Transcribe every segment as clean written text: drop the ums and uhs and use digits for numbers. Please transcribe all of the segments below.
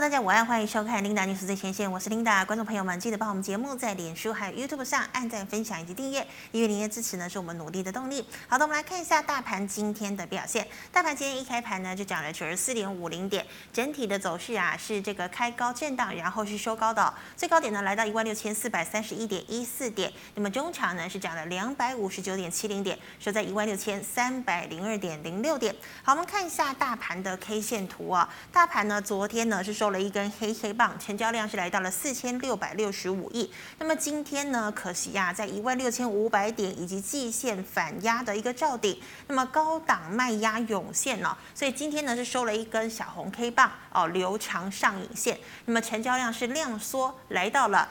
大家午安，欢迎收看 Linda News 最前线，我是 Linda。观众朋友们，记得帮我们节目在脸书还有 YouTube 上按赞、分享以及订阅，因为您的支持呢是我们努力的动力。好的，我们来看一下大盘今天的表现。大盘今天一开盘呢就涨了94.50点，整体的走势啊是这个开高震荡，然后是收高的，最高点呢来到16431.14点，那么中场呢是涨了259.70点，收在16302.06点。好，我们看一下大盘的 K 线图啊，大盘呢昨天呢是收了一根黑棒，成交量是来到了4665亿。那么今天呢，可惜啊，在16500点以及季线反压的一个罩顶，那么高档卖压涌现哦，所以今天呢是收了一根小红 K 棒哦，留长上影线。那么成交量是量缩，来到了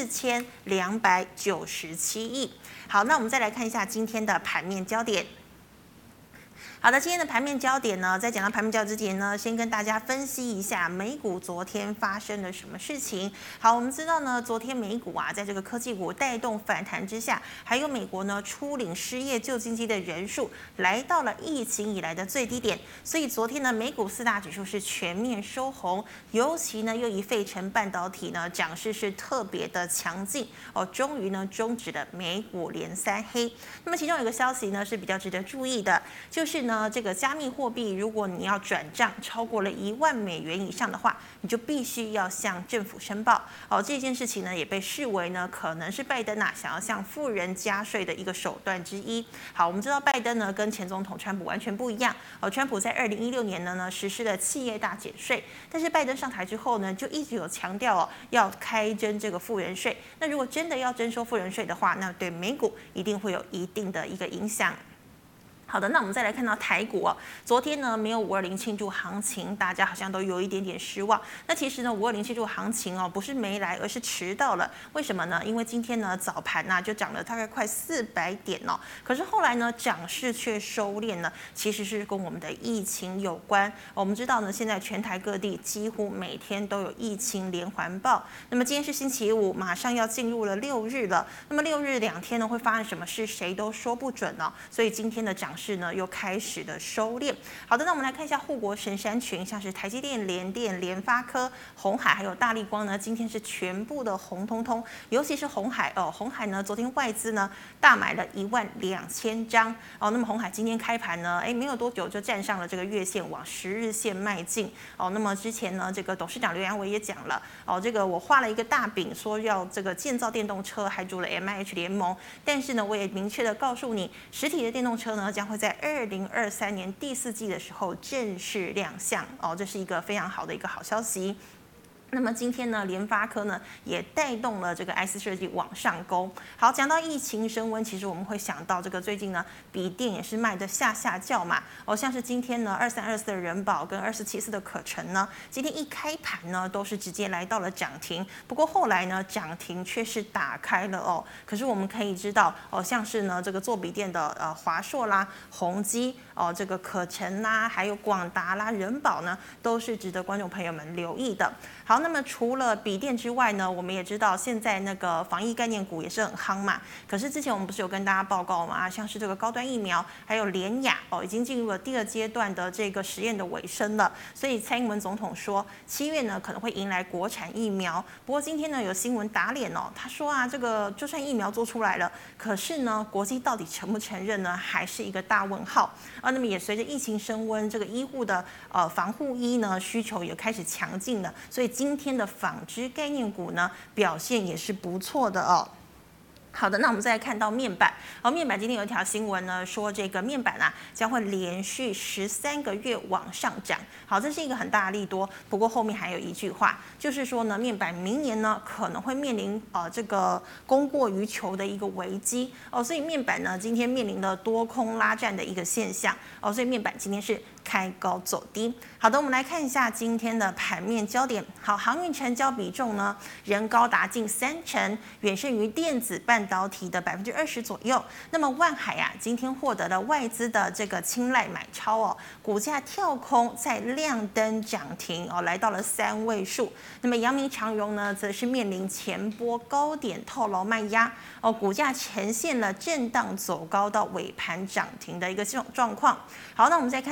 4297亿。好，那我们再来看一下今天的盘面焦点。好的，今天的盘面焦点呢，在讲到盘面焦点之前呢，先跟大家分析一下美股昨天发生了什么事情。好，我们知道呢，昨天美股啊，在这个科技股带动反弹之下，还有美国呢初领失业救济金的人数来到了疫情以来的最低点，所以昨天呢，美股四大指数是全面收红，尤其呢又以费城半导体呢涨势是特别的强劲哦，终于呢终止了美股连三黑。那么其中有一个消息呢是比较值得注意的，就是呢这个加密货币，如果你要转账超过了1万美元以上的话，你就必须要向政府申报哦。这件事情呢也被视为呢可能是拜登想要向富人加税的一个手段之一。好，我们知道拜登呢跟前总统川普完全不一样哦。川普在2016年呢实施了企业大减税，但是拜登上台之后呢就一直有强调要开征这个富人税。那如果真的要征收富人税的话，那对美股一定会有一定的一个影响。好的，那我们再来看到台股哦，昨天呢没有520庆祝行情，大家好像都有一点点失望。那其实呢，520庆祝行情哦，不是没来，而是迟到了。为什么呢？因为今天呢早盘就涨了大概快400点哦，可是后来呢涨势却收敛了，其实是跟我们的疫情有关。我们知道呢，现在全台各地几乎每天都有疫情连环爆。那么今天是星期五，马上要进入了6日了。那么6日2天呢会发生什么事，谁都说不准哦。所以今天的涨势呢又开始的收敛。好的，那我们来看一下护国神山群，像是台积电、联电、联发科、鸿海还有大立光呢，今天是全部的红彤彤，尤其是鸿海哦，鸿海呢昨天外资呢大买了12000张哦，那么鸿海今天开盘呢，没有多久就站上了这个月线，往10日线迈进哦。那么之前呢，这个董事长刘扬伟也讲了哦，这个我画了一个大饼，说要这个建造电动车，还组了 MIH 联盟，但是呢，我也明确的告诉你，实体的电动车呢将会在2023年第4季的时候正式亮相哦，这是一个非常好的一个好消息。那么今天呢，联发科呢也带动了这个 IC 设计往上攻。好，讲到疫情升温，其实我们会想到这个最近呢，笔电也是卖的下叫嘛。哦，像是今天呢，2324的人保跟2474的可成呢，今天一开盘呢都是直接来到了涨停。不过后来呢，涨停却是打开了哦。可是我们可以知道哦，像是呢这个做笔电的华硕啦、宏基哦，这个可成啦，还有广达啦、人保呢，都是值得观众朋友们留意的。好，那么除了笔电之外呢，我们也知道现在那个防疫概念股也是很夯嘛。可是之前我们不是有跟大家报告嘛，像是这个高端疫苗，还有联亚哦，已经进入了第2阶段的这个实验的尾声了。所以蔡英文总统说，7月呢可能会迎来国产疫苗。不过今天呢有新闻打脸哦，他说这个就算疫苗做出来了，可是呢国际到底承不承认呢，还是一个大问号啊。那么也随着疫情升温，这个医护的防护衣呢需求也开始强劲了，所以今天的纺织概念股呢表现也是不错的哦。好的，那我们再来看到面板。面板今天有一条新闻呢，说这个面板将会连续13个月往上涨。好，这是一个很大的利多。不过后面还有一句话，就是说呢，面板明年呢可能会面临这个供过于求的一个危机哦，所以面板呢今天面临了多空拉战的一个现象哦，所以面板今天是开高走低。好的，我们来看一下今天的盘面焦点。好，航运成交比重呢仍高达近30%，远胜于电子半导体的20%左右。那么万海今天获得了外资的这个青睐买超哦，股价跳空再亮灯涨停哦，来到了3位数。那么阳明长荣呢，则是面临前波高点套牢卖压哦，股价呈现了震荡走高到尾盘涨停的一个状况。好，那我们再看到费城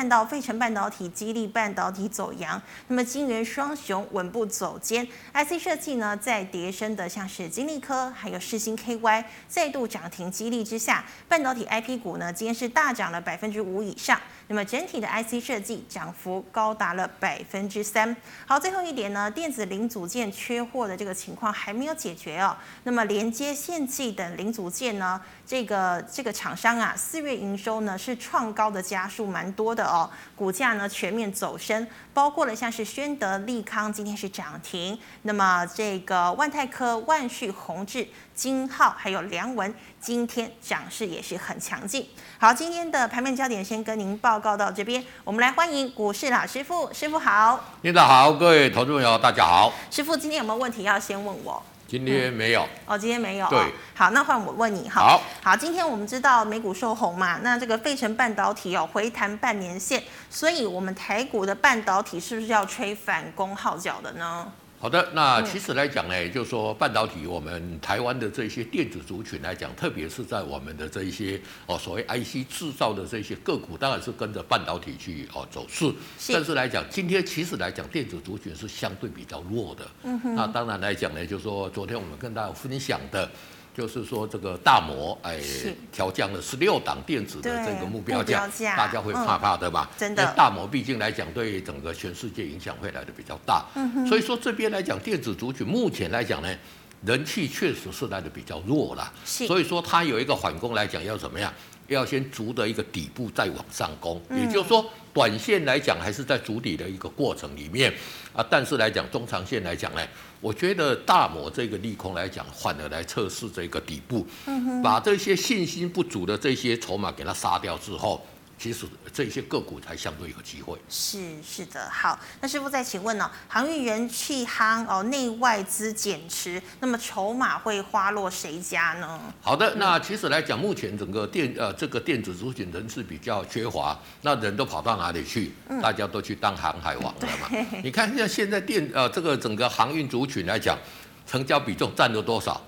成半导体、基立半导体走阳，那么晶圆双雄稳步走坚。IC 设计呢，在跌升的像是晶立科还有世芯 KY 再度涨停激励之下，半导体 IP 股呢今天是大涨了5%以上。那么整体的 IC 设计涨幅高达了3%。好，最后一点呢，电子零组件缺货的这个情况还没有解决哦。那么连接线技等零组件呢，这个厂商啊，4月营收呢是创高的家数蛮多的哦，股价呢全面走升，包括了像是宣德、利康今天是涨停，那么这个万泰科、万旭、宏志、金浩还有良文今天涨势也是很强劲。好，今天的盘面焦点先跟您报告到这边，我们来欢迎股市老师傅，师傅好。 领导好，各位投资朋友大家好。 师傅今天有没有问题要先问我？ 今天没有。 今天没有。 对。 好，那换我问你哈。好，今天我们知道美股收红嘛，那这个费城半导体回弹半年线，所以我们台股的半导体是不是要吹反攻号角的呢？ 好的，那其实来讲呢，就是说半导体，我们台湾的这些电子族群来讲，特别是在我们的这一些所谓 IC 制造的这些个股，当然是跟着半导体去走势。但是来讲，今天其实来讲，电子族群是相对比较弱的。那当然来讲呢，就是说昨天我们跟大家分享的。就是说，这个大摩调降了16档电子的这个目标价，大家会怕的嘛？ 真的， 因为大摩毕竟来讲，对整个全世界影响会来的比较大。所以说这边来讲，电子族群目前来讲呢，人气确实是来的比较弱啦。所以说它有一个反攻来讲，要怎么样？要先筑的一个底部再往上攻，也就是说，短线来讲还是在筑底的一个过程里面啊。但是来讲，中长线来讲呢，我觉得大摩这个利空来讲，反而来测试这个底部，把这些信心不足的这些筹码给它杀掉之后。其实这些个股才相对有机会。 是的，好，那师傅再请问呢？航运元气夯内外资减持，那么筹码会花落谁家呢？ 好的，那其实来讲，目前整个这个电子族群人是比较缺乏，那人都跑到哪里去？大家都去当航海王了嘛？你看现在这个整个航运族群来讲，成交比重占了多少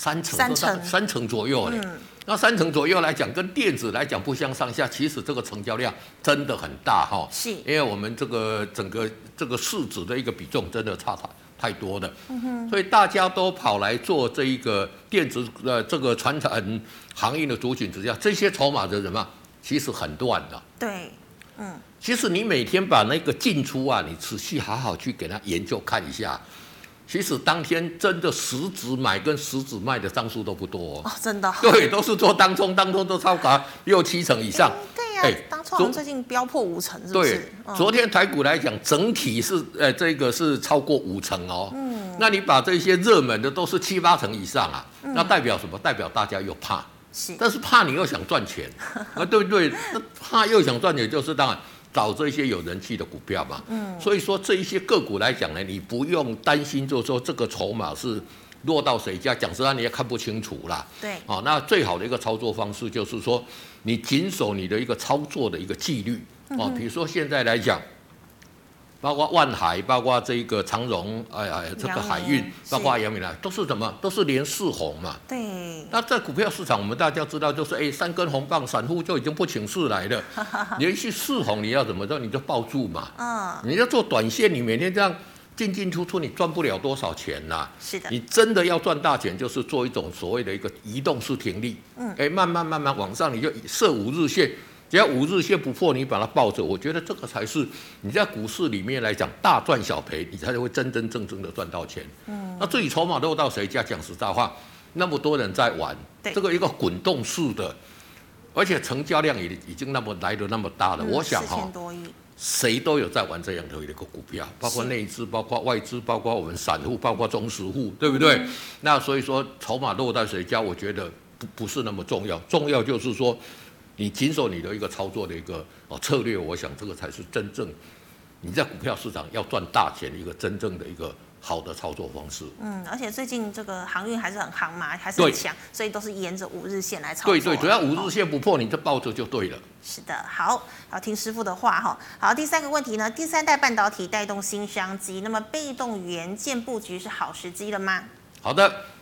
？3成左右嘞。那3成左右来讲，跟电子来讲不相上下，其实这个成交量真的很大哈。 是， 因为我们这个整个这个市值的一个比重真的差太多了。所以大家都跑来做这一个电子这个传产航运的族群之下，这些筹码的人嘛，其实很乱的。 对， 其实你每天把那个进出啊，你仔细好好去给他研究看一下。其实当天真的实质买跟实质卖的张数都不多真的。 对，都是做当冲都超过6-7成以上。 对呀，当冲最近飙破5成，是不是？ 对，昨天台股来讲，整体是这个是超过5成哦。那你把这些热门的都是7-8成以上啊，那代表什么？代表大家又怕。但是怕你又想赚钱对不对？那怕又想赚钱，就是当然。找这些有人气的股票嘛，所以说这一些个股来讲呢，你不用担心，就是说这个筹码是落到谁家，讲实话你也看不清楚啦。 对， 那最好的一个操作方式就是说，你谨守你的一个操作的一个纪律比如说现在来讲，包括万海，包括这个长荣，这个海运，包括阳明来，都是什么？都是连4红嘛。 对。 那在股票市场，我们大家知道，就是3根红棒，散户就已经不请示来了。连续4红，你要怎么着？你就抱住嘛。你要做短线，你每天这样进进出出，你赚不了多少钱呐。 是的。 你真的要赚大钱，就是做一种所谓的一个移动式停利。慢慢往上，你就设5日线。只要5日线不破，你把它抱着，我觉得这个才是你在股市里面来讲大赚小赔，你才会真真正正的赚到钱。那至于筹码落到谁家，讲实在话，那么多人在玩，这个一个滚动式的，而且成交量也已经来得那么大了，我想 4000多亿， 谁都有在玩这样的一个股票，包括内资，包括外资，包括我们散户，包括中实户，对不对？那所以说筹码落到谁家，我觉得不是那么重要，重要就是说。你谨守你的一个操作的一个策略，我想这个才是真正你在股票市场要赚大钱的一个真正的一个好的操作方式。 而且最近这个航运还是很夯嘛，还是很强，所以都是沿着5日线来操作。 对，只要5日线不破，你就抱着就对了。 是的，好听师傅的话哈。好，第3个问题呢，第3代半导体带动新商机，那么被动元件布局是好时机了吗？ 好的，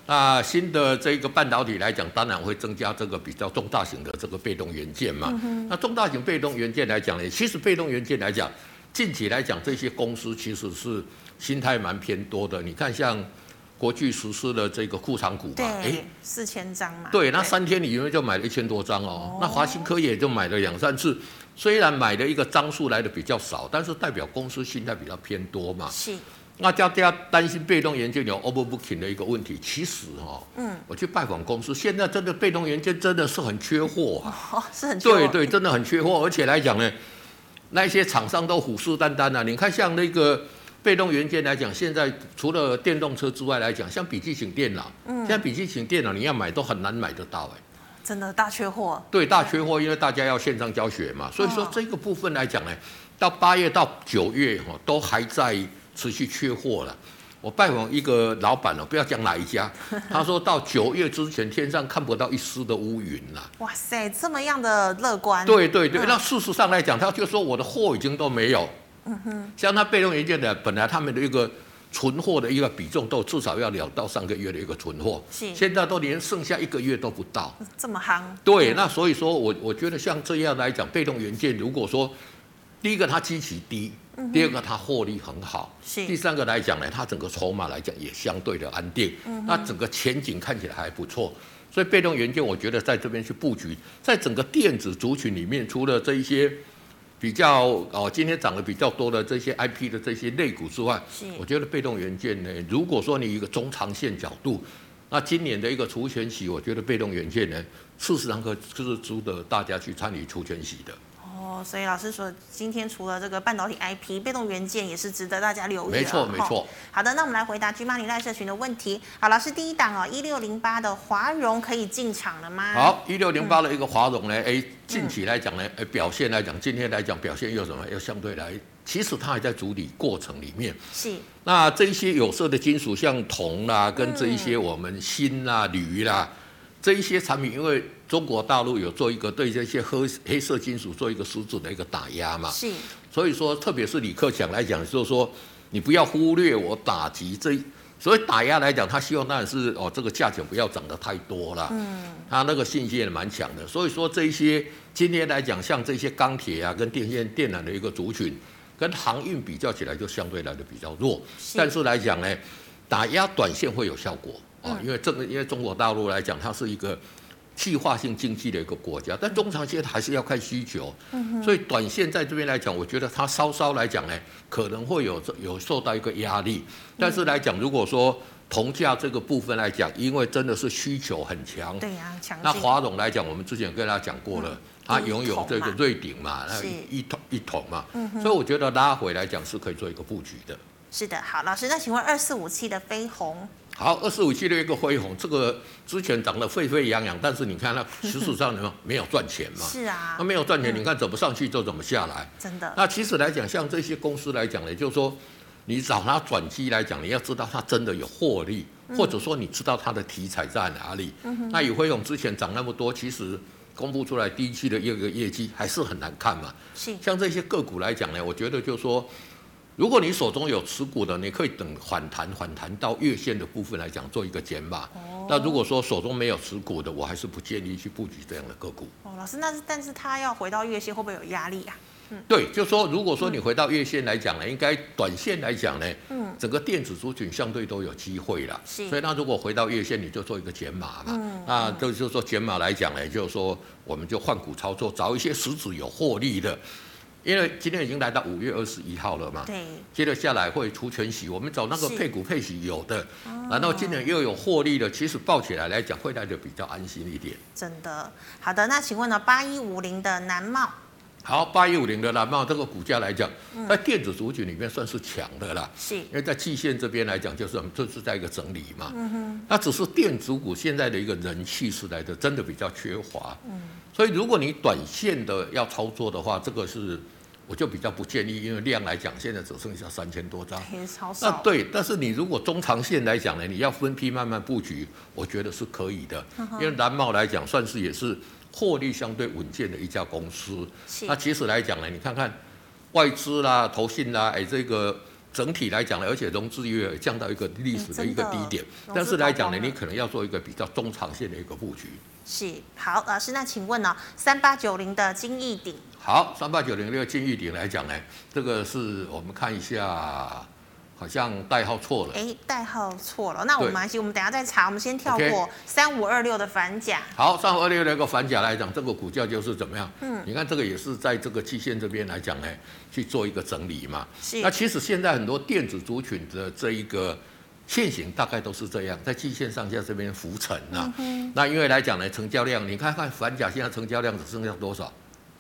那新的这个半导体来讲，当然会增加这个比较中大型的这个被动元件嘛。那中大型被动元件来讲呢，其实被动元件来讲，近期来讲这些公司其实是心态蛮偏多的。你看像国巨实施的这个库藏股嘛， 对，4000张嘛。 对，那3天里面就买了1000多张哦。那华新科也就买了2、3次，虽然买的一个张数来的比较少，但是代表公司心态比较偏多嘛。 是。 那大家担心被动元件有 overbooking 的一个问题，其实我去拜访公司，现在真的被动元件真的是很缺货啊， 是很缺货， 对，真的很缺货，而且来讲呢，那些厂商都虎视眈眈啊。你看像那个被动元件来讲，现在除了电动车之外来讲，像笔记型电脑，现在笔记型电脑你要买都很难买得到真的大缺货。 对，大缺货，因为大家要线上教学嘛，所以说这个部分来讲呢，到8月到9月都还在持续缺货了。我拜访一个老板不要讲哪一家，他说到9月之前天上看不到一丝的乌云了。 哇塞，这么样的乐观。 对，那事实上来讲，他就说我的货已经都没有。像他被动元件的，本来他们的一个存货的一个比重都至少要2到3个月的一个存货，现在都连剩下1个月都不到。 这么夯。 对，那所以说我觉得像这样来讲，被动元件如果说第一个它基期低。第二个，它获利很好；第三个来讲呢，它整个筹码来讲也相对的安定，那整个前景看起来还不错。所以被动元件，我觉得在这边去布局，在整个电子族群里面，除了这一些比较今天涨得比较多的这些 IP 的这些类股之外，我觉得被动元件呢，如果说你一个中长线角度，那今年的一个除权息，我觉得被动元件呢，事实上是值得大家去参与除权息的。 所以老师说，今天除了这个半导体 IP 被动元件，也是值得大家留意的。 没错。 好的，那我们来回答G80赖社群的问题。好，老师第一档1608的华荣可以进场了吗？ 好，1608的一个华荣呢，近期来讲呢，表现来讲，今天来讲表现又什么？又相对来，其实它还在处理过程里面。 是。 那这一些有色的金属，像铜啦，跟这一些我们锌啦、铝啦。这一些产品，因为中国大陆有做一个对这些黑色金属做一个实质的一个打压嘛，所以说特别是李克强来讲，就是说你不要忽略我打击所谓打压来讲，他希望当然是这个价钱不要涨得太多了，他那个信心也蛮强的，所以说这一些今天来讲，像这些钢铁啊跟电线电缆的一个族群，跟航运比较起来就相对来的比较弱，但是来讲呢，打压短线会有效果。因为中国大陆来讲，它是一个计划性经济的一个国家，但中长线还是要看需求，所以短线在这边来讲，我觉得它稍稍来讲呢，可能会有受到一个压力，但是来讲，如果说铜价这个部分来讲，因为真的是需求很强， 对呀，强劲。 那华荣来讲，我们之前跟大家讲过了，它拥有这个瑞鼎嘛，那一桶嘛，所以我觉得拉回来讲是可以做一个布局的。 是的，好，老师，那请问2457的飞鸿？ 好，2457的一个飞鸿，这个之前涨得沸沸扬扬，但是你看它事实上没有赚钱嘛？ 是啊， 它没有赚钱，你看怎么上去就怎么下来。 真的。那其实来讲，像这些公司来讲呢，就是说你找它转机来讲，你要知道它真的有获利，或者说你知道它的题材在哪里。那以飞鸿之前涨那么多，其实公布出来第一期的一个业绩还是很难看嘛。像这些个股来讲呢，我觉得就是说，如果你手中有持股的，你可以等反弹到月线的部分来讲做一个减码。那如果说手中没有持股的，我还是不建议去布局这样的个股。 老师，但是他要回到月线会不会有压力啊？ 对，就是说如果说你回到月线来讲呢，应该短线来讲呢，整个电子族群相对都有机会啦。所以那如果回到月线，你就做一个减码嘛。那就是说减码来讲呢，就是说我们就换股操作，找一些实质有获利的。因为今天已经来到5月21号了嘛， 对， 接着下来会除权息，我们找那个配股配息有的，然后今年又有获利的，其实抱起来讲会来的比较安心一点。 真的，好的，那请问呢，8150的南茂？ 好，8150的南茂这个股价来讲，在电子族群里面算是强的啦，因为在季线这边来讲，就是在一个整理嘛，那只是电子股现在的一个人气是来的真的比较缺乏，所以如果你短线的要操作的话，这个是。我就比较不建议，因为量来讲，现在只剩下3000多张， 超少。 那对，但是你如果中长线来讲呢，你要分批慢慢布局，我觉得是可以的。因为南茂来讲，算是也是获利相对稳健的一家公司。那其实来讲呢，你看看外资啦、投信啦， 整体来讲呢，而且融资也降到一个历史的一个低点，但是来讲呢，你可能要做一个比较中长线的一个布局。 是，好，老师，那请问呢，3890的金益鼎。 好，3890这个金益鼎来讲呢，这个是我们看一下。好像代号错了， 代号错了，那我们没关系，我们等一下再查，我们先跳过3526的反甲。 好，3526的一个反甲来讲，这个股价就是怎么样？你看这个也是在这个季线这边来讲呢，去做一个整理嘛。 是。 那其实现在很多电子族群的这一个线型大概都是这样，在季线上下这边浮沉啊。那因为来讲呢，成交量你看看反甲现在成交量只剩下多少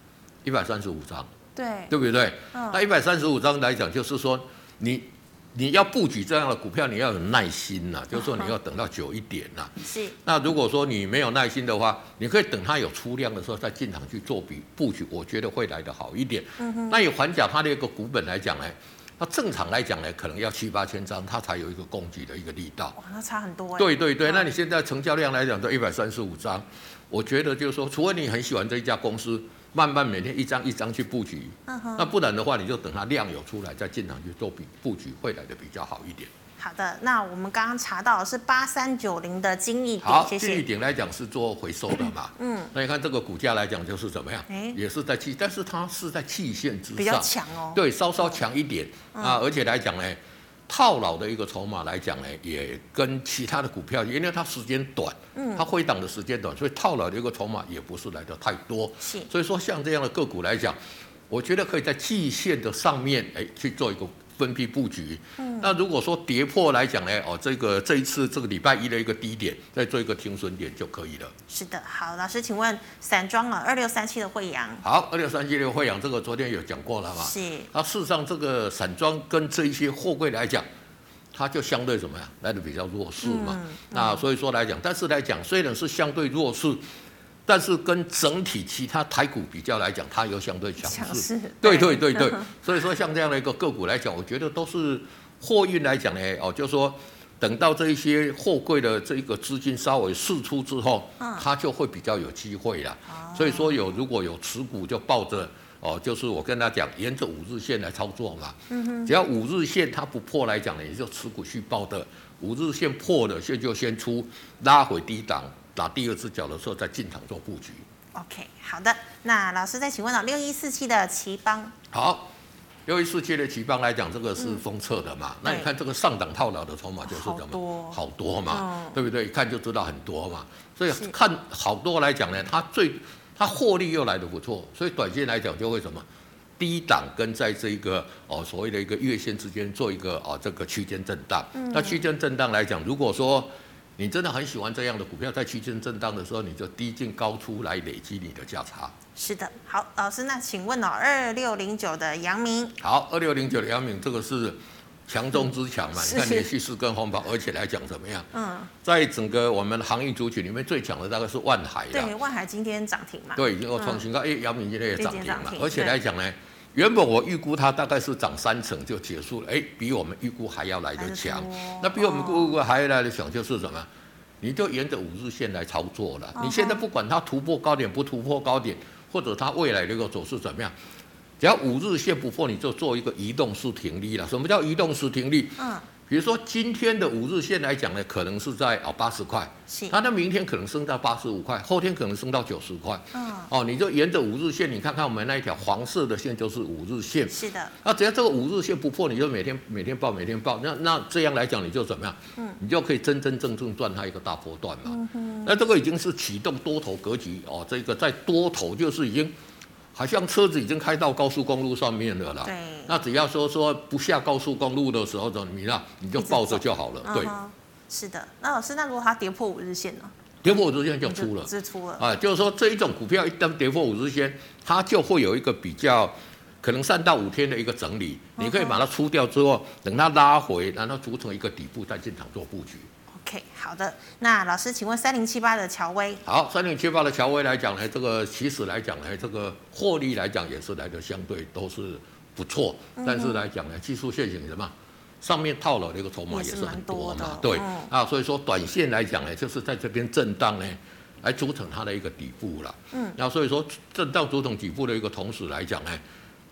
？135张。对不对？那135张来讲，就是说你要布局这样的股票，你要有耐心呐，就是说你要等到久一点呐。 是。 那如果说你没有耐心的话，你可以等它有出量的时候再进场去做布局，我觉得会来得好一点。那以环甲它的一个股本来讲呢，那正常来讲呢，可能要7、8千张，它才有一个攻击的一个力道。 哇，那差很多。 对，那你现在成交量来讲都135张，我觉得就是说，除非你很喜欢这一家公司。慢慢每天一张一张去布局，那不然的话，你就等它量有出来再进场去做布局，会来的比较好一点。 好的，那我们刚刚查到的是8390的金益鼎， 好，金益鼎来讲是做回收的嘛，那你看这个股价来讲就是怎么样，也是在但是它是在季线之上， 比较强哦， 对，稍稍强一点啊，而且来讲呢。套牢的一个筹码来讲呢，也跟其他的股票，因为它时间短，它回档的时间短，所以套牢的一个筹码也不是来的太多。所以说像这样的个股来讲，我觉得可以在季线的上面，去做一个分批布局。那如果说跌破来讲呢，这一次这个礼拜一的一个低点，再做一个停损点就可以了。 是的，好，老师，请问散装2637的慧洋。 好，2637的慧洋，这个昨天有讲过了嘛？ 是。 它事实上这个散装跟这一些货柜来讲，它就相对怎么样，来的比较弱势嘛。那所以说来讲，但是来讲虽然是相对弱势。但是跟整体其他台股比较来讲，它又相对强势。对，所以说像这样的一个个股来讲，我觉得都是货运来讲呢，就是说等到这一些货柜的这一个资金稍微释出之后，它就会比较有机会啦。所以说如果有持股就抱着就是我跟他讲，沿着5日线来操作嘛。只要5日线它不破来讲呢，也就持股续报的。5日线破了，就先出，拉回低档。打第二只脚的时候再进场做布局。 OK， 好的。那老师再请问6147的奇邦。 好，6147的奇邦来讲，这个是封测的嘛？那你看这个上档套牢的筹码就是怎么好多嘛，对不对？一看就知道很多嘛。所以看好多来讲呢，它获利又来得不错，所以短线来讲就会什么？低档跟在这一个所谓的一个月线之间做一个这个区间震荡。那区间震荡来讲，如果说你真的很喜欢这样的股票，在区间震荡的时候，你就低进高出来累积你的价差。 是的，好，老师，那请问2609的阳明。 好，2609的阳明，这个是强中之强嘛？你看连续4根红棒，而且来讲怎么样？在整个我们航运族群里面最强的大概是万海。 对，万海今天涨停嘛？ 对，已经创新高，阳明今天也涨停了，而且来讲呢。原本我预估它大概是涨3成就结束了，比我们预估还要来得强。那比我们预估还要来得强就是什么？你就沿着5日线来操作了。你现在不管它突破高点不突破高点，或者它未来的一个走势怎么样，只要5日线不破，你就做一个移动式停利了。什么叫移动式停利？比如说今天的5日线来讲呢，可能是在80块，那明天可能升到85块，后天可能升到90块。你就沿着5日线，你看看我们那一条黄色的线就是5日线。 是的。 那只要这个5日线不破，你就每天报，那这样来讲你就怎么样？你就可以真正赚它一个大波段嘛。那这个已经是启动多头格局这个在多头就是已经。好像车子已经开到高速公路上面了啦。 对。 那只要说不下高速公路的时候，你就抱着就好了。对。 是的。那老师，那如果它跌破5日线呢？ 跌破5日线就出了。 出了。 就是说这一种股票一旦跌破5日线，它就会有一个比较可能3到5天的一个整理。你可以把它出掉之后，等它拉回，然后组成一个底部，再进场做布局。 OK， 好的。那老师，请问3078的乔威。 好，3078的乔威来讲呢，这个其实来讲呢，这个获利来讲也是来的相对都是不错，但是来讲呢，技术线型什么上面套牢的一个筹码也是很多嘛，对所以说短线来讲呢，就是在这边震荡呢，来组成它的一个底部了。那所以说震荡组成底部的一个同时来讲呢，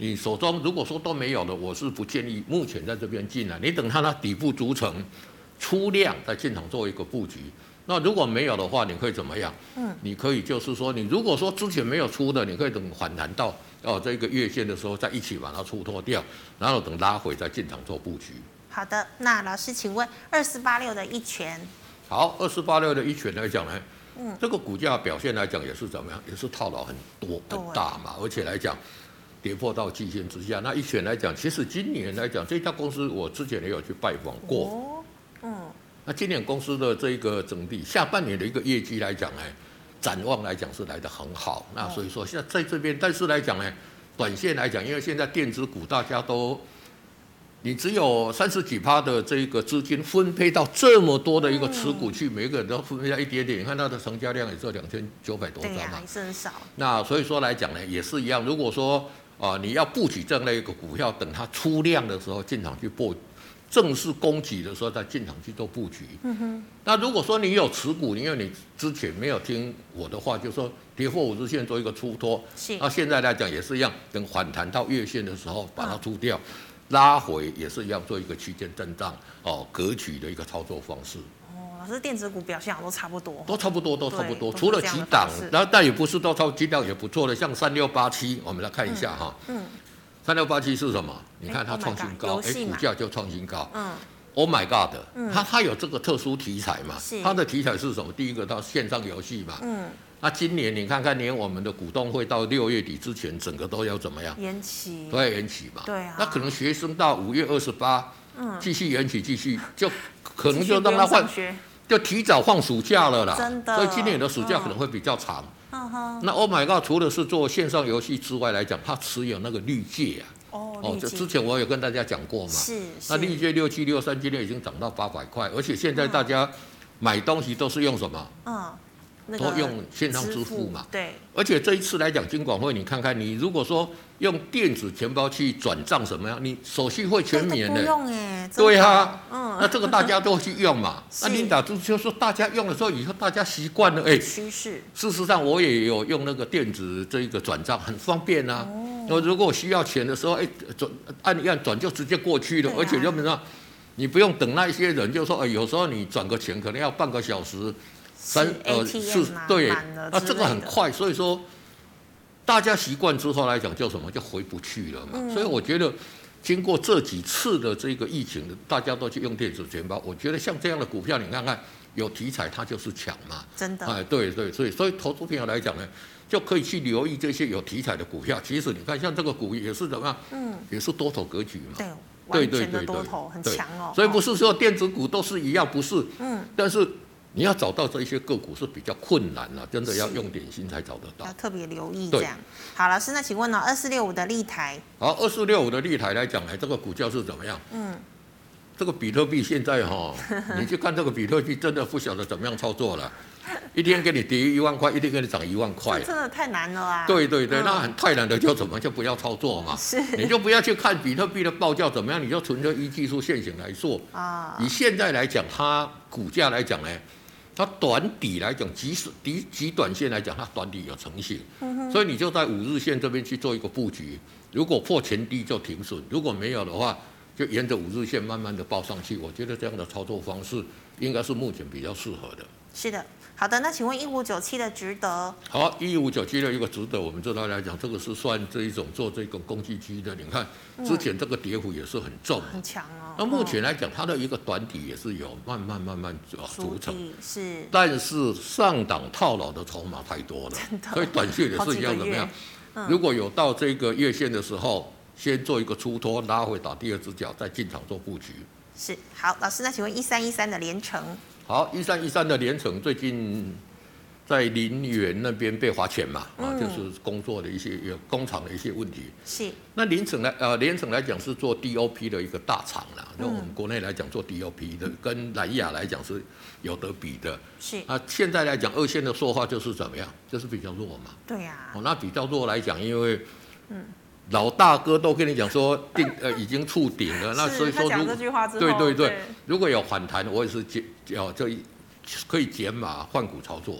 你手中如果说都没有的，我是不建议目前在这边进来，你等它底部组成出量再进场做一个布局。那如果没有的话，你可以怎么样？你可以就是说，你如果说之前没有出的，你可以等反弹到这个月线的时候，再一起把它出脱掉，然后等拉回再进场做布局。 好的，那老师请问2486的一拳？ 好，2486的一拳来讲呢，这个股价表现来讲也是怎么样？也是套牢很多很大嘛，而且来讲跌破到季线之下。那一拳来讲，其实今年来讲，这家公司我之前也有去拜访过。那今年公司的这个整体下半年的一个业绩来讲，展望来讲是来得很好。那所以说现在在这边，但是来讲呢，短线来讲，因为现在电子股大家都，你只有30几%的这个资金分配到这么多的一个持股去，每个人都分配到一点点。你看它的成交量也只有2900多张嘛， 也是很少。 那所以说来讲呢，也是一样。如果说你要布局这样的一个股票，等它出量的时候进场去布。正式供给的时候再进场去做布局。那如果说你有持股，因为你之前没有听我的话，就是说跌破50线做一个出脱，那现在来讲也是一样，等反弹到月线的时候把它出掉，拉回也是一样做一个区间震荡格局的一个操作方式。 老师，电子股表现好都差不多， 都差不多，除了几档，然后但也不是都超几档也不错的，像3687，我们来看一下哈。3687是什么？你看它创新高，股价就创新高。Oh my God！它有这个特殊题材嘛？它的题材是什么？第一个，它线上游戏嘛。那今年你看看，连我们的股东会到6月底之前，整个都要怎么样？ 延期。 都要延期嘛。 对啊。 那可能学生到5月28，继续延期，继续就可能就让他换，就提早放暑假了啦。 真的。 所以今年的暑假可能会比较长。那 Oh my God！ 除了是做线上游戏之外来讲，它持有那个绿界这之前我有跟大家讲过嘛。那绿界6763今天已经涨到800块，而且现在大家买东西都是用什么？都用线上支付嘛。 对。 而且这一次来讲，金管会你看看，你如果说用电子钱包去转账什么样，你手续费全免的。 不用对啊。那这个大家都去用嘛。那领导就说大家用的时候，以后大家习惯了， 趋势。 事实上，我也有用那个电子这一个转账，很方便啊。如果我需要钱的时候，按一按转就直接过去了，而且基本上你不用等那一些人，就说有时候你转个钱可能要半个小时。对，那这个很快，所以说大家习惯之后来讲，就什么就回不去了嘛。所以我觉得，经过这几次的这个疫情，大家都去用电子钱包，我觉得像这样的股票，你看看有题材，它就是强嘛。 真的。 对，所以投资朋友来讲呢，就可以去留意这些有题材的股票。其实你看，像这个股也是怎么样，也是多头格局嘛。 对，完全的多头很强所以不是说电子股都是一样，不是。但是。你要找到这一些个股是比较困难了，真的要用点心才找得到， 要特别留意这样。好，老师，那请问呢，2465的立台？好 ，2465的立台来讲这个股价是怎么样？这个比特币现在你去看这个比特币，真的不晓得怎么样操作了。一天给你跌1万块，一天给你涨1万块， 真的太难了啊！ 对，那太难的就怎么就不要操作嘛？你就不要去看比特币的报价怎么样，你就纯粹依技术线型来做啊。以现在来讲，它股价来讲呢？它短底来讲，极短线来讲，它短底有成型，所以你就在5日线这边去做一个布局。如果破前低就停损，如果没有的话，就沿着5日线慢慢的报上去。我觉得这样的操作方式应该是目前比较适合的。 是的，好的。那请问1597的值得？ 好，1597的一个值得，我们知道来讲，这个是算这一种做这个工具机的。你看之前这个跌幅也是很重， 很强哦。 那目前来讲，它的一个短底也是有慢慢组成， 是。 但是上档套牢的筹码太多了，所以短线也是一样怎么样？如果有到这个月线的时候，先做一个出脱，拉回打第二只脚，再进场做布局。 是。好，老师，那请问1313的联成？ 好，1313的联成最近在林园那边被罚钱嘛，就是工作的一些工厂的一些问题。 是。那联成来讲是做 DOP 的一个大厂啦，就我们国内来讲做 DOP 的，跟南亚来讲是有得比的。 是。 现在来讲二线的说话就是怎么样，就是比较弱嘛。 对呀。 那比较弱来讲，因为老大哥都跟你讲说已经触顶了，那所以说讲这句话之后， 对，如果有反弹，我也是就可以减码换股操作。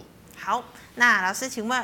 好，那老师，请问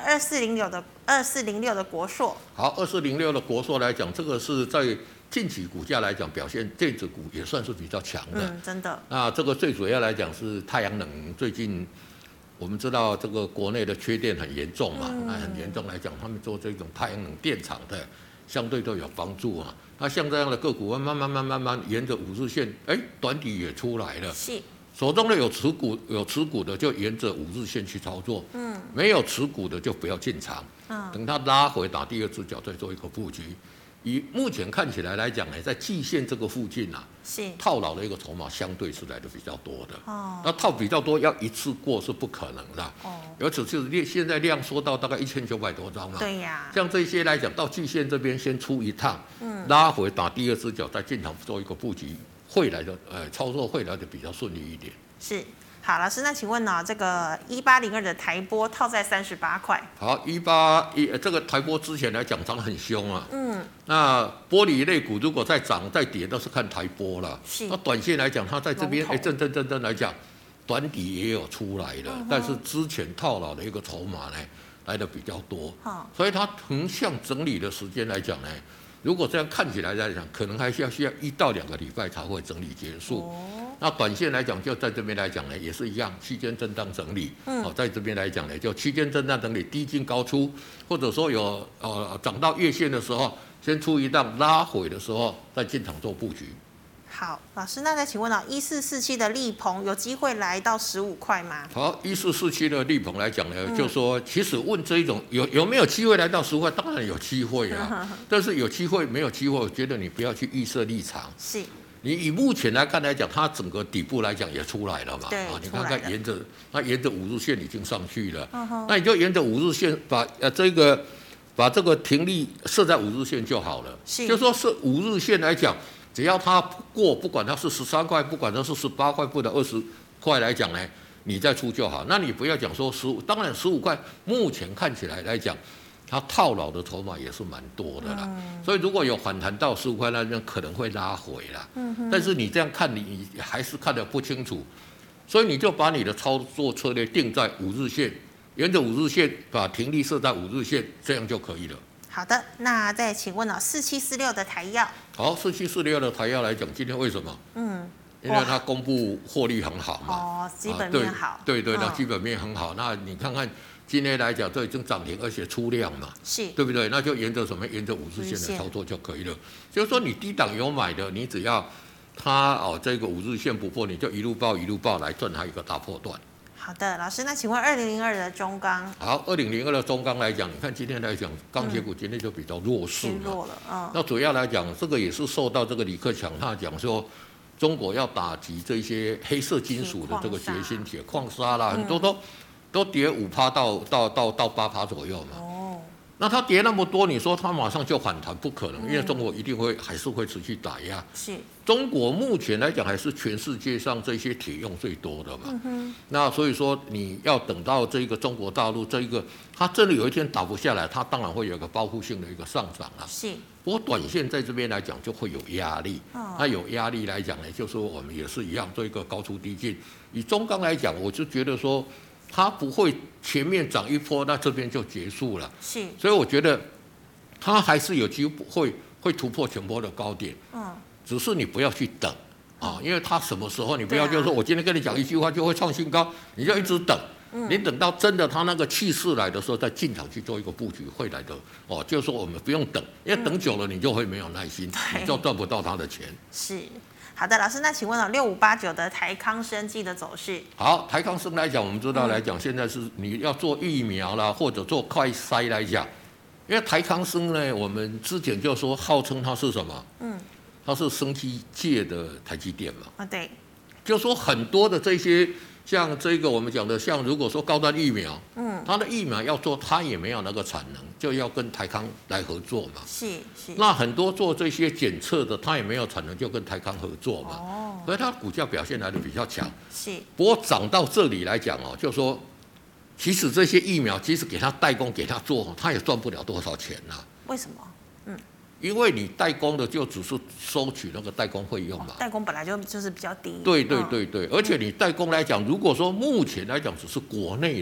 2406的国硕， 好，2406的国硕来讲，这个是在近期股价来讲表现，电子股也算是比较强的。 真的。 那这个最主要来讲是太阳能，最近我们知道这个国内的缺电很严重嘛，那很严重来讲，他们做这种太阳能电厂的，相对都有帮助啊。那像这样的个股，慢慢沿着5日线，短底也出来了。 是。 手中的有持股的就沿着5日线去操作，没有持股的就不要进场，等它拉回打第二只脚再做一个布局。以目前看起来来讲呢，在季线这个附近啊， 是套牢的一个筹码相对是来的比较多的。那套比较多，要一次过是不可能的。尤其是现在量缩到大概1900多张嘛。 对呀。像这些来讲，到季线这边先出一趟，拉回打第二只脚，再进场做一个布局。会来的，操作会来的比较顺利一点。 是，好，老师，那请问呢，这个1802的台玻套在38块。 好这个台玻之前来讲涨得很凶啊。那玻璃类股如果再涨再跌，都是看台玻了。 是。 那短线来讲，它在这边正来讲，短底也有出来了，但是之前套牢的一个筹码呢来的比较多，所以它横向整理的时间来讲呢。如果这样看起来来讲，可能还需要1到2个礼拜才会整理结束。那短线来讲，就在这边来讲呢，也是一样，区间震荡整理。在这边来讲呢，就区间震荡整理，低进高出，或者说有涨到月线的时候，先出一档，拉回的时候再进场做布局。 好，老师，那再请问1447的立鹏有机会来到15块吗？ 好，1447的立鹏来讲呢，就说其实问这一种有没有机会来到15块，当然有机会啊。但是有机会没有机会，我觉得你不要去预设立场。 是。 你以目前来看来讲，它整个底部来讲也出来了嘛。 对。 你看看沿着5日线已经上去了。那你就沿着5日线把这个停利设在5日线就好了。 是。 就说是5日线来讲。只要它过，不管它是13块，不管它是18块，或者20块来讲呢，你再出就好。那你不要讲说15，当然15块，目前看起来来讲，它套牢的筹码也是蛮多的啦。所以如果有反弹到15块，那可能会拉回啦。但是你这样看，你还是看得不清楚，所以你就把你的操作策略定在5日线，沿着5日线把停利设在5日线，这样就可以了。 好的，那再请问4746的台药。 好，4746的台药来讲，今天为什么？因为它公布获利很好嘛。 基本面好。 对，那基本面很好。那你看看今天来讲，这已经涨停，而且出量嘛， 是， 对不对？那就沿着什么？沿着5日线的操作就可以了。就是说，你低档有买的，你只要它这个5日线不破，你就一路报来赚它一个大波段。 好的，老师，那请问2002的中钢？ 好，2002的中钢来讲，你看今天来讲，钢铁股今天就比较弱势嘛。那主要来讲，这个也是受到这个李克强他讲说，中国要打击这些黑色金属的这个决心铁矿砂啦，很多都跌5%到8%左右嘛。那它跌那么多，你说它马上就反弹不可能，因为中国一定还是会持续打压。 是， 中国目前来讲还是全世界上这些铁用最多的嘛。那所以说你要等到这个中国大陆这一个，它真的有一天打不下来，它当然会有一个报复性的一个上涨啊。 是。 不过短线在这边来讲就会有压力。那有压力来讲呢，就是说我们也是一样做一个高出低进。以中钢来讲，我就觉得说。它不会前面涨一波，那这边就结束了。 是， 所以我觉得它还是有机会突破前波的高点。只是你不要去等因为它什么时候你不要就是说我今天跟你讲一句话就会创新高，你就一直等。你等到真的它那个气势来的时候，再进场去做一个布局会来的就是说我们不用等，因为等久了你就会没有耐心，你就赚不到它的钱。 是。好的，老师，那请问6589的台康生技的走势？ 好，台康生来讲，我们知道来讲，现在是你要做疫苗啦，或者做快筛来讲，因为台康生呢，我们之前就说号称它是什么？它是生技界的台积电嘛。 对。 就说很多的这些。像这个我们讲的，像如果说高端疫苗，它的疫苗要做，它也没有那个产能，就要跟台康来合作嘛。 是。 那很多做这些检测的，它也没有产能，就跟台康合作嘛。所以它股价表现来的比较强。 是。 不过涨到这里来讲就说，其实这些疫苗，即使给他代工给他做，他也赚不了多少钱呐。 为什么？ 因为你代工的就只是收取那个代工费用嘛， 代工本来就是比较低。 对，而且你代工来讲，如果说目前来讲只是国内的，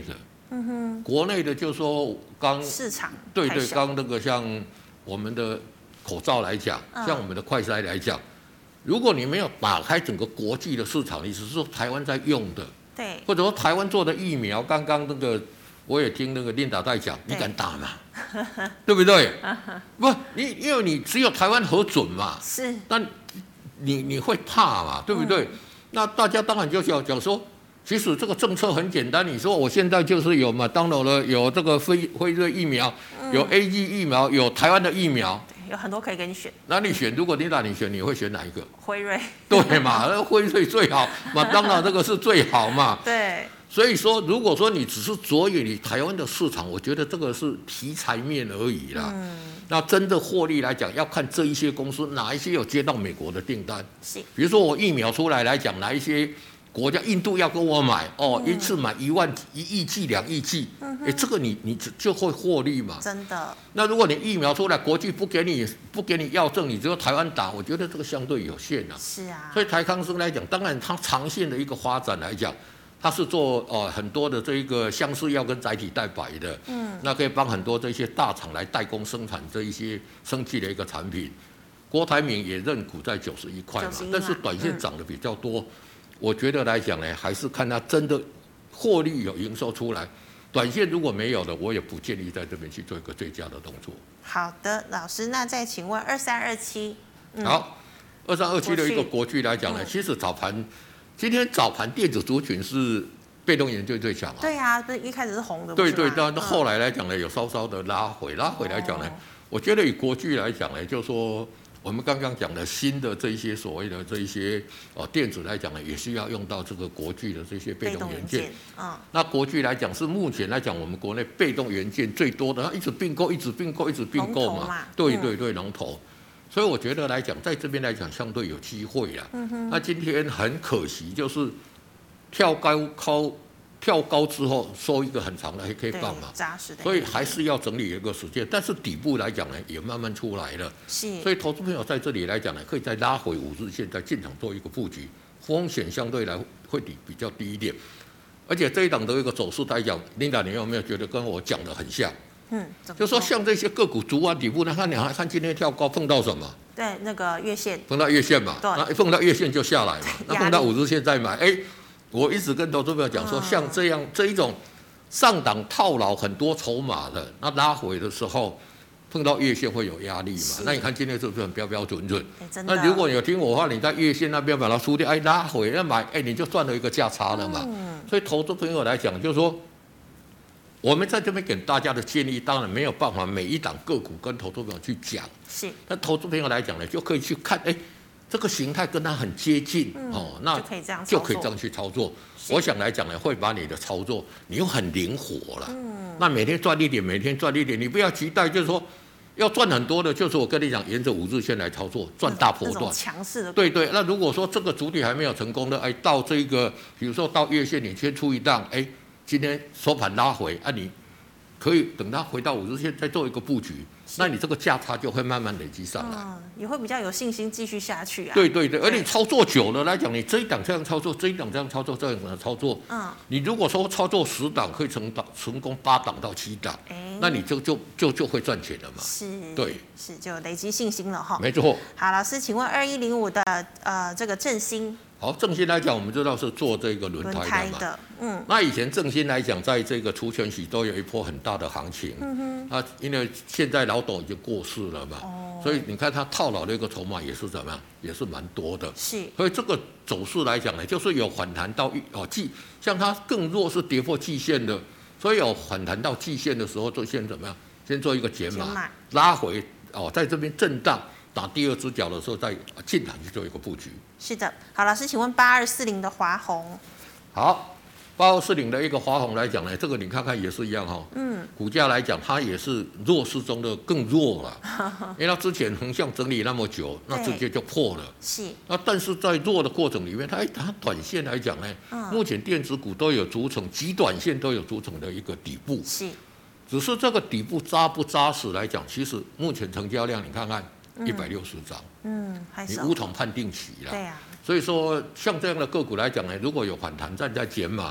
国内的就说市场对，刚那个像我们的口罩来讲，像我们的快筛来讲，如果你没有打开整个国际的市场，你只是说台湾在用的， 对， 或者说台湾做的疫苗，刚刚那个我也听那个琳达在讲，你敢打吗？对不对？不，因为你只有台湾核准嘛， 是， 那你会怕嘛，对不对？那大家当然就要讲说，其实这个政策很简单，你说我现在就是有麦当劳了，有这个辉瑞疫苗，有 AZ 疫苗，有台湾的疫苗， 有很多可以给你选。 那你选，如果你选，你会选哪一个？ 辉瑞。 对嘛，那辉瑞最好，麦当劳这个是最好嘛。 对。 所以说，如果说你只是着眼于台湾的市场，我觉得这个是题材面而已啦。那真的获利来讲，要看这一些公司哪一些有接到美国的订单。 是。 比如说我疫苗出来讲，哪一些国家，印度要跟我买一次买1亿剂、2亿剂，这个你就会获利嘛。 真的。那如果你疫苗出来，国际不给你药证，你只有台湾打，我觉得这个相对有限啊。 是啊。 所以台康生来讲，当然它长线的一个发展来讲。它是做很多的这一个相似药跟载体代白的，那可以帮很多这些大厂来代工生产这一些生技的一个产品。郭台铭也认股在91块嘛，但是短线涨得比较多，我觉得来讲呢，还是看它真的获利有营收出来。短线如果没有的，我也不建议在这边去做一个追加的动作。 好的，老师，那再请问2327， 好，2327的一个国巨来讲呢，其实今天早盘电子族群是被动元件最强啊。 对啊，一开始是红的。 对，但后来来讲呢，有稍稍的拉回来讲呢，我觉得以国巨来讲呢，就是说我们刚刚讲的新的这一些所谓的这一些电子来讲呢，也是要用到这个国巨的这些被动元件。那国巨来讲是目前来讲我们国内被动元件最多的，它一直并购嘛。对，龙头。所以我觉得来讲，在这边来讲相对有机会啦。那今天很可惜，就是跳高之后收一个很长的黑 K 棒嘛， 扎实的， 所以还是要整理一个时间。但是底部来讲呢，也慢慢出来了。 是。所以投资朋友在这里来讲呢，可以再拉回5日线，再进场做一个布局，风险相对来会比较低一点。而且这一档的一个走势来讲，Linda，你有没有觉得跟我讲的很像？就说像这些个股逐完底部，你还看今天跳高碰到什么？ 对，那个月线。 碰到月线嘛，那碰到月线就下来嘛，那碰到5日线再买。我一直跟投资朋友讲说，像这一种上档套牢很多筹码的，那拉回的时候碰到月线会有压力嘛？那你看今天是不是很标标准准？那如果你有听我话，你在月线那边把它输掉，拉回再买，你就赚了一个价差了嘛。所以投资朋友来讲，就是说。我们在这边给大家的建议，当然没有办法每一档个股跟投资朋友去讲。 是。 但投资朋友来讲呢，就可以去看，这个形态跟它很接近，那就可以这样去操作。我想来讲呢，会把你的操作，你又很灵活了。那每天赚一点，你不要期待就是说要赚很多的，就是我跟你讲，沿着5日线来操作，赚大波段。 强势的。 对。那如果说这个主体还没有成功的，到这个，比如说到月线，你先出一档，今天收盘拉回你可以等它回到5日线再做一个布局，那你这个价差就会慢慢累积上来， 也会比较有信心继续下去啊。 对，而你操作久了来讲，你这一档这样操作，这一档这样操作，这样的操作，你如果说操作10档可以成功8档到7档，那你就会赚钱了嘛。 是， 对， 是就累积信心了哈。 没错。 好，老师，请问2105的这个振兴。 好，正兴来讲，我们知道是做这个轮胎的嘛。那以前正兴来讲，在这个除权息都有一波很大的行情。因为现在老董已经过世了嘛，所以你看他套牢的一个筹码也是怎么样，也是蛮多的。 是。 所以这个走势来讲呢，就是有反弹到像它更弱是跌破季线的，所以有反弹到季线的时候，就先怎么样？先做一个减码，拉回在这边震荡。打第2只脚的时候，再进场去做一个布局。 是的，好，老师，请问8240的华虹。 好，8240的一个华虹来讲呢，这个你看看也是一样哈。股价来讲，它也是弱势中的更弱了，因为它之前横向整理那么久，那直接就破了。 是。 那但是在弱的过程里面，它短线来讲呢，目前电子股都有组成，极短线都有组成的一个底部。 是。 只是这个底部扎不扎实来讲，其实目前成交量你看看。160张，你无从判定起了。 对呀。 所以说，像这样的个股来讲呢，如果有反弹，再减码，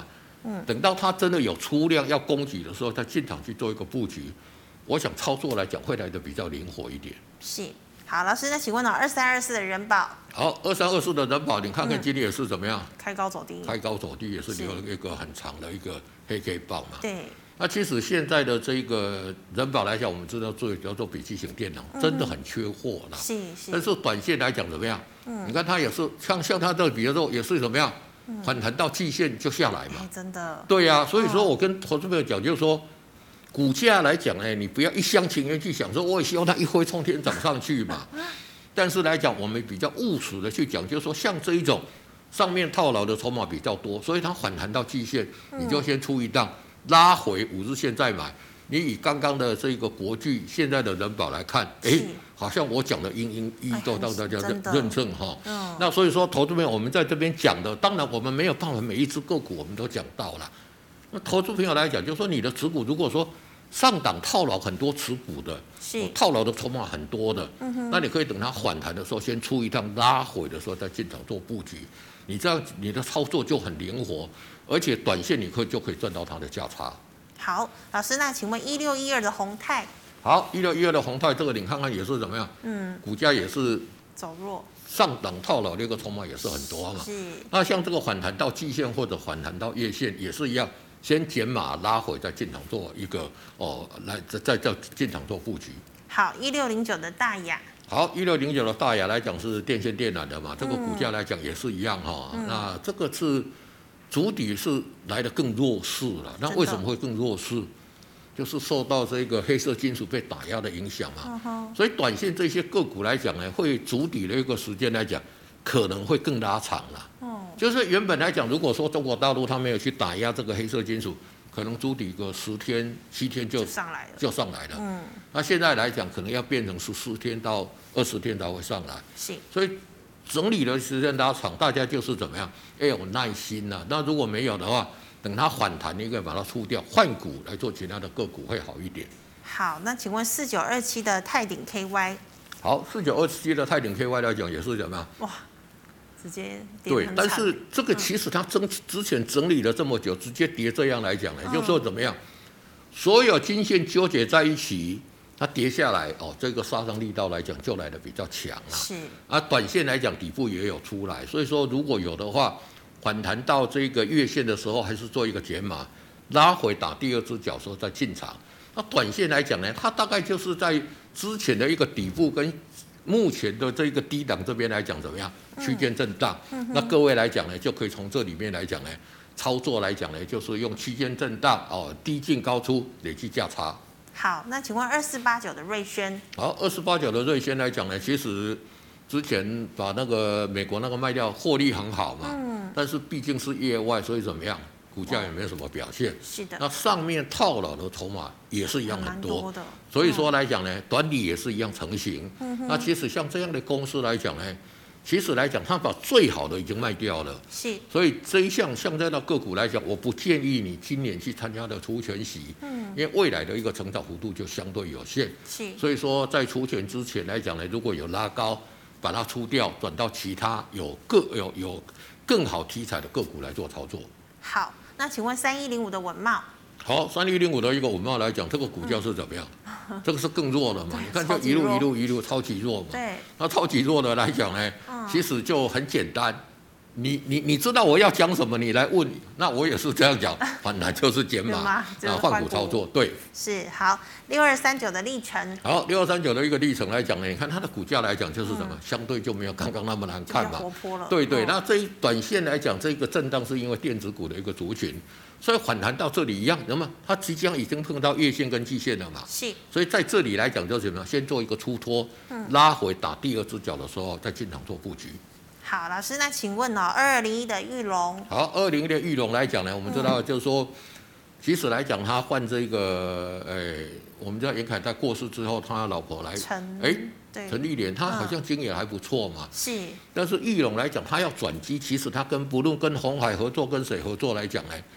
等到它真的有出量要攻击的时候，再进场去做一个布局。我想操作来讲会来的比较灵活一点。 是，好，老师，那请问2324的人保， 好，2324的人保，你看看今天也是怎么样？ 开高走低， 开高走低也是留了一个很长的一个黑 K 棒嘛。 对。 那其实现在的这个人保来讲，我们知道叫做笔记型电脑，真的很缺货啦。 是。 但是短线来讲怎么样？你看它也是像它这，比如说也是怎么样，反弹到季线就下来嘛。 真的。 对呀，所以说我跟投资朋友讲，就是说。股价来讲，你不要一厢情愿去想说，我也希望它一飞冲天涨上去嘛。但是来讲，我们比较务实的去讲，就是说，像这一种上面套牢的筹码比较多，所以它反弹到季线，你就先出一档，拉回5日线再买。你以刚刚的这个国巨现在的人保来看，好像我讲的一都让大家认证哈。那所以说，投资朋友，我们在这边讲的，当然我们没有办法每一只个股我们都讲到了。那投资朋友来讲，就是说你的持股如果说上档套牢很多持股的，套牢的筹码很多的，那你可以等它反弹的时候先出一趟，拉回的时候再进场做布局。你这样你的操作就很灵活，而且短线你就可以赚到它的价差。 好，老师，那请问1612的宏泰？ 好，1612的宏泰这个你看看也是怎么样？股价也是走弱， 上档套牢的一个筹码也是很多嘛。那像这个反弹到季线或者反弹到月线也是一样。先减码拉回，再进场做一个来再进场做布局。 好，1609的大雅。 好，1609的大雅来讲是电线电缆的嘛，这个股价来讲也是一样哈。那这个是主底是来的更弱势了。那为什么会更弱势？就是受到这个黑色金属被打压的影响嘛。所以短线这些个股来讲呢，会主底的一个时间来讲，可能会更拉长了。就是原本来讲，如果说中国大陆它没有去打压这个黑色金属，可能筑底个10天、7天就上来了。那现在来讲，可能要变成14天到20天才会上来。所以整理的时间拉长，大家就是怎么样？要有耐心呐。那如果没有的话，等它反弹，应该把它出掉，换股来做其他的个股会好一点。 好，那请问4927的泰鼎 KY？ 好，4927的泰鼎 KY 来讲也是怎么样？ 哇！直接对，但是这个其实它之前整理了这么久，直接跌这样来讲呢，就说怎么样？所有均线纠结在一起，它跌下来这个杀伤力道来讲就来的比较强了。短线来讲底部也有出来，所以说如果有的话，反弹到这个月线的时候，还是做一个减码，拉回打第二只脚时候再进场。那短线来讲呢，它大概就是在之前的一个底部跟目前的这个低档这边来讲怎么样？区间震荡。那各位来讲呢，就可以从这里面来讲呢，操作来讲呢，就是用区间震荡低进高出，累计价差。 好，那请问2489的瑞轩？ 好，2489的瑞轩来讲呢，其实之前把那个美国那个卖掉，获利很好嘛。但是毕竟是业外，所以怎么样？股价也没有什么表现。 是的。 那上面套牢的筹码也是一样很多的。所以说来讲呢，短底也是一样成型。那其实像这样的公司来讲呢，其实来讲，它把最好的已经卖掉了。所以这一项像这样的个股来讲，我不建议你今年去参加的除权息。因为未来的一个成长幅度就相对有限。所以说在除权之前来讲呢，如果有拉高，把它出掉，转到其他有更好题材的个股来做操作。 好。那请问3105的文茂？ 好，3105的一个文茂来讲，这个股价是怎么样？这个是更弱的嘛？你看，就一路超级弱嘛。 对。 那超级弱的来讲呢，其实就很简单。你知道我要讲什么，你来问，那我也是这样讲，反正就是减码，换股操作，对。 是好，6239的历程。 好，6239的一个历程来讲呢，你看它的股价来讲就是什么，相对就没有刚刚那么难看嘛。 活泼了。 对，那这一短线来讲，这个震荡是因为电子股的一个族群，所以反弹到这里一样，那么它即将已经碰到月线跟季线了嘛。所以在这里来讲就是什么，先做一个出脱，拉回打第二只脚的时候，再进场做布局。 好，老师，那请问2201的裕隆？好 ，2201的裕隆来讲呢，我们知道就是说，其实来讲他换这个，我们知道严凯在过世之后，他老婆来，陈丽莲，他好像经营还不错嘛。但是裕隆来讲，他要转机，其实他不论跟鸿海合作，跟谁合作来讲呢，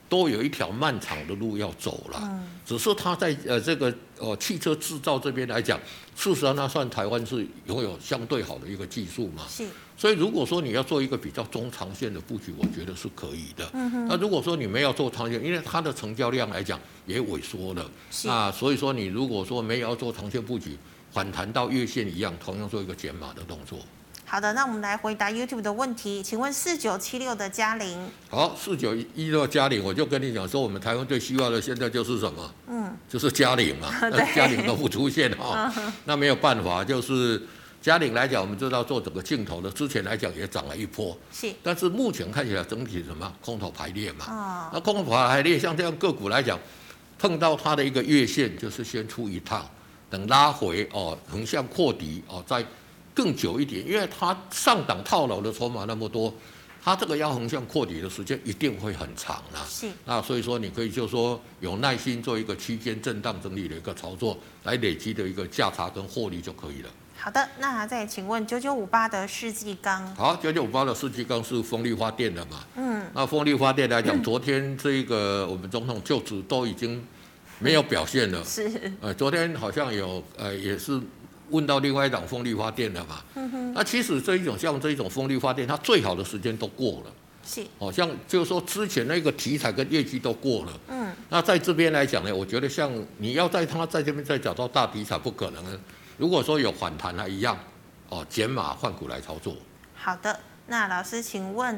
都有一条漫长的路要走了。只是它在这个汽车制造这边来讲，事实上它算台湾是拥有相对好的一个技术嘛。 是。所以如果说你要做一个比较中长线的布局，我觉得是可以的。那如果说你没有做长线，因为它的成交量来讲也萎缩了，那所以说你如果说没有要做长线布局，反弹到月线一样，同样做一个减码的动作。 好的，那我们来回答 YouTube 的问题，请问4976的嘉玲。 好，4916嘉玲，我就跟你讲说，我们台湾最希望的现在就是什么？就是嘉玲嘛，嘉玲都不出现哈，那没有办法，就是嘉玲来讲，我们知道做整个镜头的，之前来讲也涨了一波，但是目前看起来整体什么空头排列嘛，那空头排列像这样个股来讲，碰到它的一个月线，就是先出一趟，等拉回横向扩底再更久一点，因为它上档套牢的筹码那么多，它这个要横向扩底的时间一定会很长啦。那所以说你可以就说有耐心做一个区间震荡整理的一个操作，来累积的一个价差跟获利就可以了。 好的，那再请问9958的世纪钢。 好，9958的世纪钢是风力发电的嘛？那风力发电来讲，昨天这个我们总统就职都已经没有表现了。昨天好像有也是。问到另外一档风力发电的嘛，那其实像这一种风力发电，它最好的时间都过了，像就是说之前那个题材跟业绩都过了，那在这边来讲呢，我觉得像你要在这边再找到大题材不可能，如果说有反弹还一样，减码换股来操作。 好的，那老师请问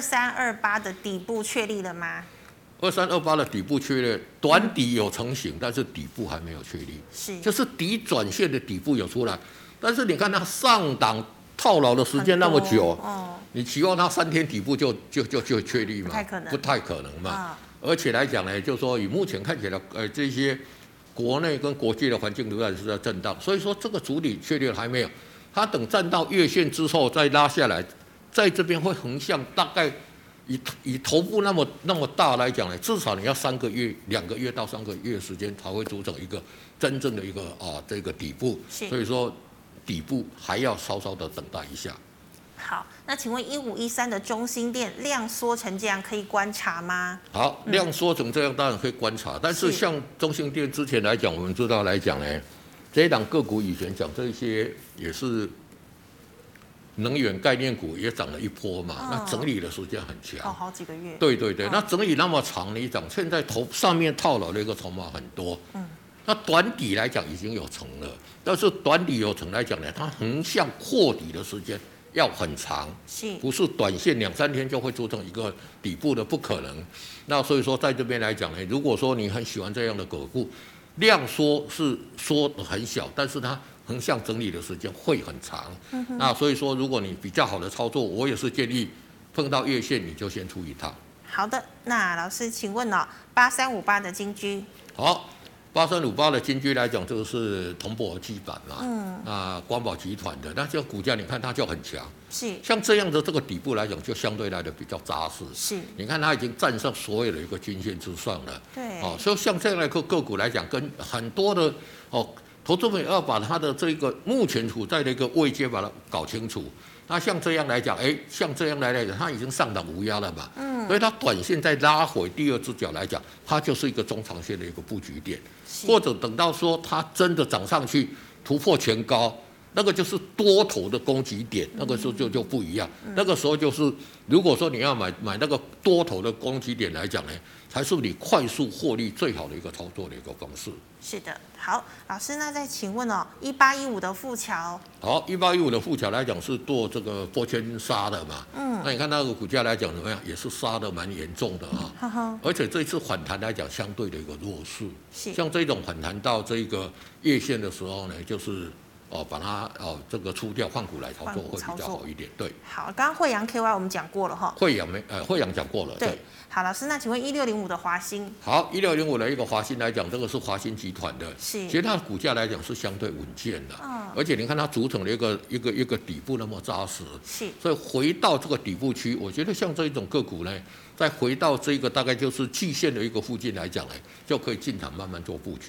2328的底部确立了吗 ？2328的底部确立，短底有成型，但是底部还没有确立，就是底转线的底部有出来，但是你看它上档套牢的时间那么久，你期望它3天底部就确立吗？不太可能嘛。而且来讲呢，就是说以目前看起来，这些国内跟国际的环境仍然是在震荡，所以说这个主底确立还没有，它等站到月线之后再拉下来，在这边会横向大概。以头部那么大来讲呢，至少你要2个月到3个月时间才会组成一个真正的一个这个底部，所以说底部还要稍稍的等待一下。 好，那请问1513的中兴电量缩成这样可以观察吗？ 好，量缩成这样当然可以观察，但是像中兴电之前来讲，我们知道来讲呢，这一档个股以前讲这些也是。能源概念股也涨了一波嘛，那整理的时间很长， 好几个月。 对，那整理那么长，你讲现在上面套牢的一个筹码很多，那短底来讲已经有成了，但是短底有成来讲呢，它横向扩底的时间要很长，不是短线2-3天就会组成一个底部的，不可能。那所以说在这边来讲呢，如果说你很喜欢这样的个股，量缩是缩得很小，但是它横向整理的时间会很长，那所以说如果你比较好的操作，我也是建议碰到月线你就先出一趟。 好的，那老师请问8358的金居。 好，8358的金居来讲，这个是铜箔基板嘛，那光宝集团的，那这个股价你看它就很强，像这样的这个底部来讲，就相对来的比较扎实，你看它已经站上所有的一个均线之上了，所以像这样的个股来讲，跟很多的投资者要把它的这个目前处在的一个位阶把它搞清楚。那像这样来讲，像这样来讲，它已经上档无压了嘛，所以它短线再拉回第二只脚来讲，它就是一个中长线的一个布局点，或者等到说它真的涨上去突破前高，那个就是多头的攻击点，那个时候就不一样，那个时候就是如果说你要买那个多头的攻击点来讲呢，才是你快速获利最好的一个操作的一个方式。 是的，好，老师，那再请问1815的富桥。 好，1815的富桥来讲是做这个玻纤纱的嘛，那你看那个股价来讲怎么样？也是杀的蛮严重的而且这一次反弹来讲相对的一个弱势，像这种反弹到这个月线的时候呢，就是把它这个出掉换股来操作会比较好一点。对， 好，刚刚惠阳 KY 我们讲过了惠阳讲过了。对， 好，老师，那请问1605的华兴。 好，1605的一个华兴来讲，这个是华兴集团的，其实它的股价来讲是相对稳健的，而且你看它组成了一个底部那么扎实，所以回到这个底部区，我觉得像这一种个股呢，再回到这个大概就是季线的一个附近来讲呢，就可以进场慢慢做布局。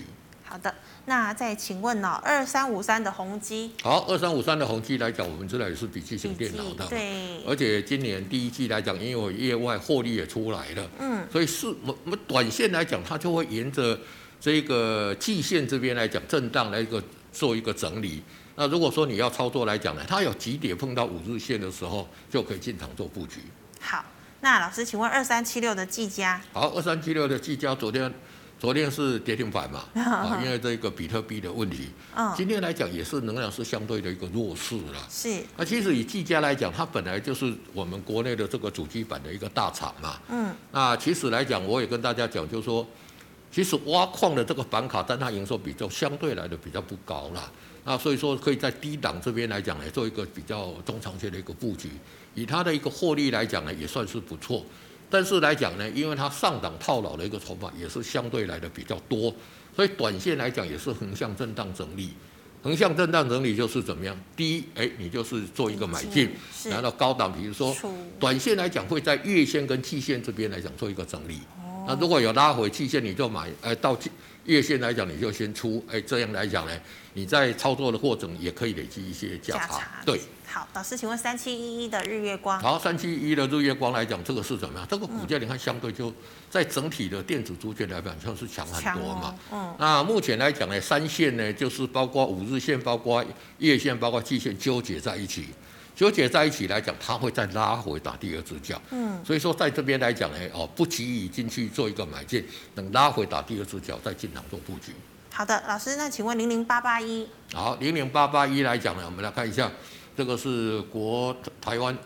好的，那再请问哦，2353的宏基。 好，2353的宏基来讲，我们知道也是笔记型电脑的， 对。 而且今年第一季来讲，因为业外获利也出来了，所以我们短线来讲，它就会沿着这个季线这边来讲震荡来做一个整理。那如果说你要操作来讲呢，它有急跌碰到5日线的时候，就可以进场做布局。 好，那老师，请问2376的技嘉。 好，2376的技嘉昨天是跌停板嘛，因为这个比特币的问题，今天来讲也是仍然是相对的一个弱势啦。 是。 那其实以技嘉来讲，它本来就是我们国内的这个主机板的一个大厂嘛。那其实来讲，我也跟大家讲，就是说，其实挖矿的这个板卡，但它营收比较相对来的比较不高啦。那所以说，可以在低档这边来讲呢，做一个比较中长线的一个布局。以它的一个获利来讲呢，也算是不错。但是来讲呢，因为它上档套牢的一个筹码也是相对来的比较多，所以短线来讲也是横向震荡整理。横向震荡整理就是怎么样？第一，你就是做一个买进，然后高档，比如说短线来讲会在月线跟季线这边来讲做一个整理。那如果有拉回季线，你就买，到月线来讲你就先出，这样来讲呢，你在操作的过程也可以累积一些价差。对。 好，老师，请问3711的日月光。 好，3711的日月光来讲，这个是怎么样？这个股价你看相对就在整体的电子族群来讲，像是强很多嘛。那目前来讲呢，3线呢就是包括5日线、包括月线、包括季线纠结在一起。纠结在一起来讲，它会再拉回打第二只脚。所以说在这边来讲呢，不急于进去做一个买进，等拉回打第二只脚再进场做布局。 好的，老师，那请问00881。 好，00881来讲呢，我们来看一下。这个是台湾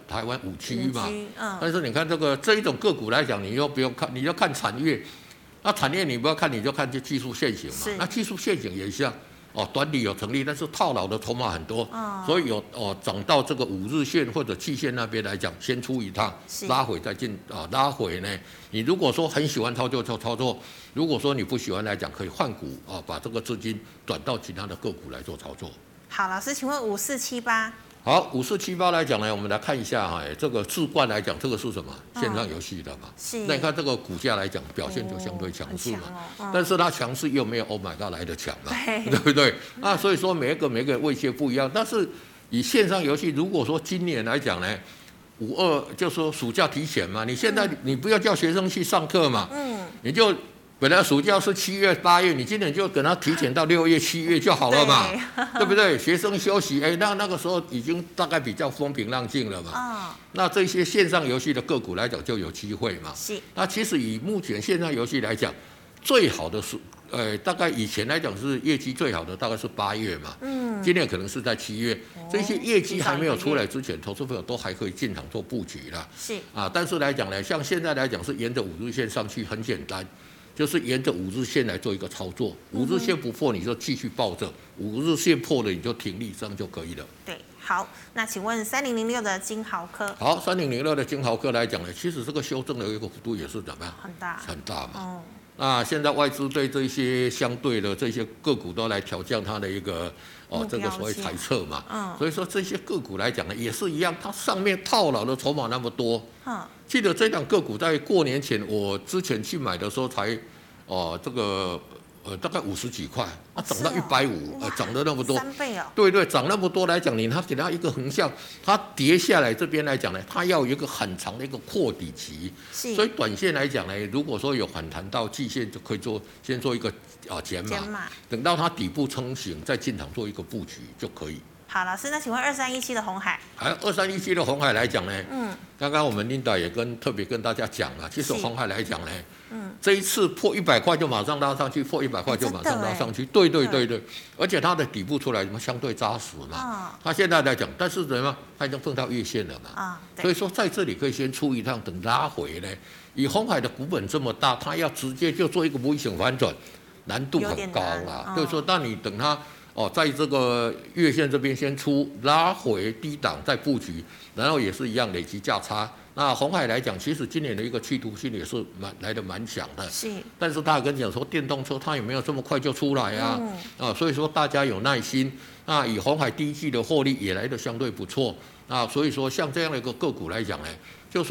5G嘛，但是你看这一种个股来讲，你又不用看，你就看产业。那产业你不要看，你就看这技术线型嘛。那技术线型也像短底有成立，但是套牢的筹码很多，所以有涨到这个5日线或者季线那边来讲，先出一趟，拉回再进拉回呢。你如果说很喜欢操作就操作，如果说你不喜欢来讲，可以换股把这个资金转到其他的个股来做操作。 好，老师，请问5478。 好，5478来讲呢，我们来看一下这个智冠来讲，这个是什么？线上游戏的嘛。 是。 那你看这个股价来讲，表现就相对强势嘛。但是它强势又没有 Oh my God 来的强嘛，对不对？所以说每一个位阶不一样。但是以线上游戏，如果说今年来讲呢，52就说暑假提前嘛，你现在你不要叫学生去上课嘛，你就。本来暑假是7月、8月，你今年就给他提前到6月、7月就好了嘛，对不对？学生休息，那个时候已经大概比较风平浪静了嘛。那这些线上游戏的个股来讲就有机会嘛。 是。 那其实以目前线上游戏来讲，最好的是，大概以前来讲是业绩最好的大概是8月嘛。今年可能是在7月，这些业绩还没有出来之前，投资朋友都还可以进场做布局啦。 是。 但是来讲呢，像现在来讲是沿着5日线上去，很简单。就是沿着5日线来做一个操作，5日线不破你就继续抱着，5日线破了你就停利，这样就可以了。 对，好，那请问3006的金豪科。 好，3006的金豪科来讲呢，其实这个修正的一个幅度也是怎么样？很大嘛。那现在外资对这些相对的这些个股都来调降它的一个这个所谓猜测嘛。所以说这些个股来讲呢，也是一样，它上面套牢的筹码那么多。记得这档个股在过年前，我之前去买的时候才，这个大概50几块，涨到150，涨得那么多 ，3倍哦。 对对，涨那么多来讲，它给它一个横向，它跌下来这边来讲呢，它要有一个很长的一个扩底期，所以短线来讲呢，如果说有反弹到季线，就可以先做一个减码，等到它底部成型再进场做一个布局就可以。 好，老师，那请问2317的鸿海。 2317的鸿海来讲呢，刚刚我们Linda也特别跟大家讲了，其实鸿海来讲呢，这一次破100块就马上拉上去，破100块就马上拉上去，对，而且它的底部出来相对扎实嘛，它现在来讲，但是怎么样，它已经碰到月线了嘛，所以说在这里可以先出一趟，等拉回呢，以鸿海的股本这么大，它要直接就做一个 V 型反转，难度很高啦，就是说，但你等它。在这个月线这边先出，拉回低档再布局，然后也是一样累积价差。那鸿海来讲，其实今年的一个企图性也是来得蛮强的。 是。 但是他也跟你讲说，电动车它也没有这么快就出来啊。所以说大家有耐心。那以鸿海第1季的获利也来得相对不错。所以说像这样的一个个股来讲呢，就是说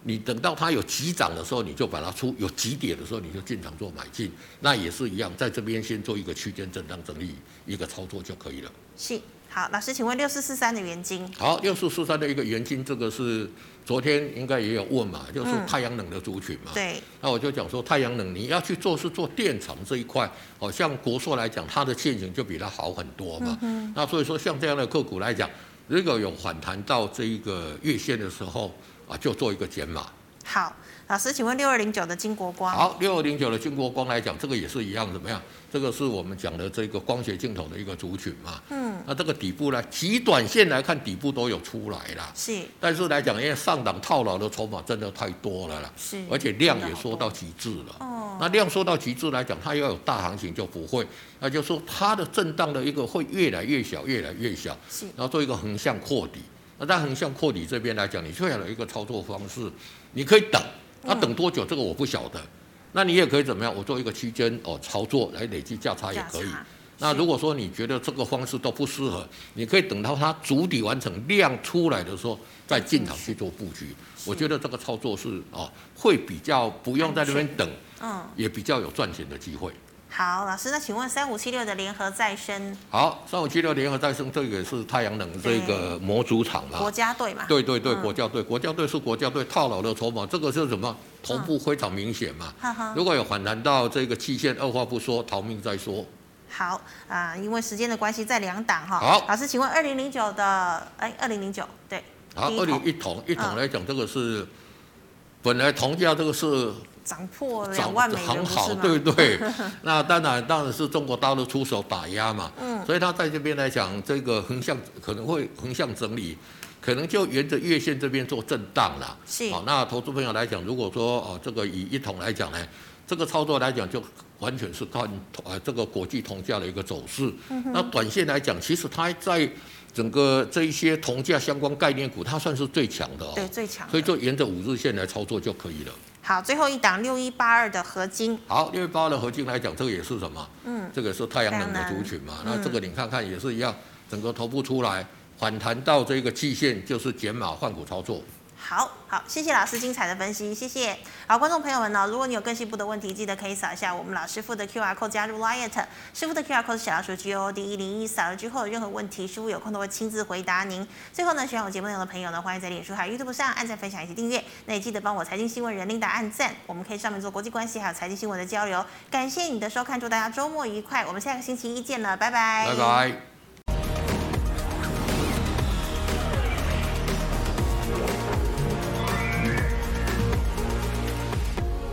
你等到它有急涨的时候，你就把它出；有急跌的时候，你就进场做买进。那也是一样，在这边先做一个区间震荡整理，一个操作就可以了。 是，好，老师，请问6443的元晶？ 好，6443的一个元晶，这个是昨天应该也有问嘛，就是太阳能的族群嘛。 对。 那我就讲说，太阳能你要去做是做电厂这一块，像国硕来讲，它的现形就比它好很多嘛。那所以说，像这样的个股来讲，如果有反弹到这一个月线的时候啊，就做一个减码。 好，老师，请问6209的金国光？ 好，6209的金国光来讲，这个也是一样，怎么样？这个是我们讲的这个光学镜头的一个族群嘛。那这个底部呢，极短线来看，底部都有出来啦。 是。 但是来讲，因为上档套牢的筹码真的太多了啦。 是。 而且量也缩到极致了。那量缩到极致来讲，它要有大行情就不会，那就是说它的震荡的一个会越来越小，越来越小。 是。 然后做一个横向扩底。那在横向扩底这边来讲，你就要有一个操作方式，你可以等。那等多久？这个我不晓得。那你也可以怎么样？我做一个区间操作来累积价差也可以。那如果说你觉得这个方式都不适合，你可以等到它筑底完成、量出来的时候再进场去做布局。我觉得这个操作是会比较不用在那边等，也比较有赚钱的机会。 好，老师，那请问3576的联合再生？ 好，3576联合再生，这个也是太阳能这个模组厂嘛， 国家队嘛。 对，国家队，国家队是国家队套牢的筹码，这个是什么？头部非常明显嘛。如果有反弹到这个期限，二话不说，逃命再说。 好因为时间的关系，在2档哈。 好， 老师，请问2009的2009对。 好，2001铜来讲，这个是本来铜价这个是。 涨破2万美元， 很好，对。那当然是中国大陆出手打压嘛，所以它在这边来讲，这个横向可能会横向整理，可能就沿着月线这边做震荡啦。 是。 那投资朋友来讲，如果说这个以一桶来讲呢，这个操作来讲就完全是看这个国际铜价的一个走势。那短线来讲，其实它在整个这一些铜价相关概念股，它算是最强的。 对，最强。 所以就沿着5日线来操作就可以了。 好，最后一档6182的合金。 好，6182的合金来讲，这个也是什么？这个是太阳能的族群嘛。那这个你看看也是一样，整个头部出来反弹到这个季线，就是减码换股操作。 好，谢谢老师精彩的分析，谢谢。好，观众朋友们呢，如果你有更细部的问题，记得可以扫一下我们老师傅的 QR code 加入 Lite， 师傅的 QR code 是小老鼠 GOD101，扫了之后有任何问题，师傅有空都会亲自回答您。最后呢，喜欢我节目内容的朋友呢，欢迎在脸书还有 YouTube 上按赞、分享以及订阅。那也记得帮我财经新闻人Linda按赞，我们可以上面做国际关系还有财经新闻的交流。感谢你的收看，祝大家周末愉快，我们下个星期一见了，拜拜。 拜拜。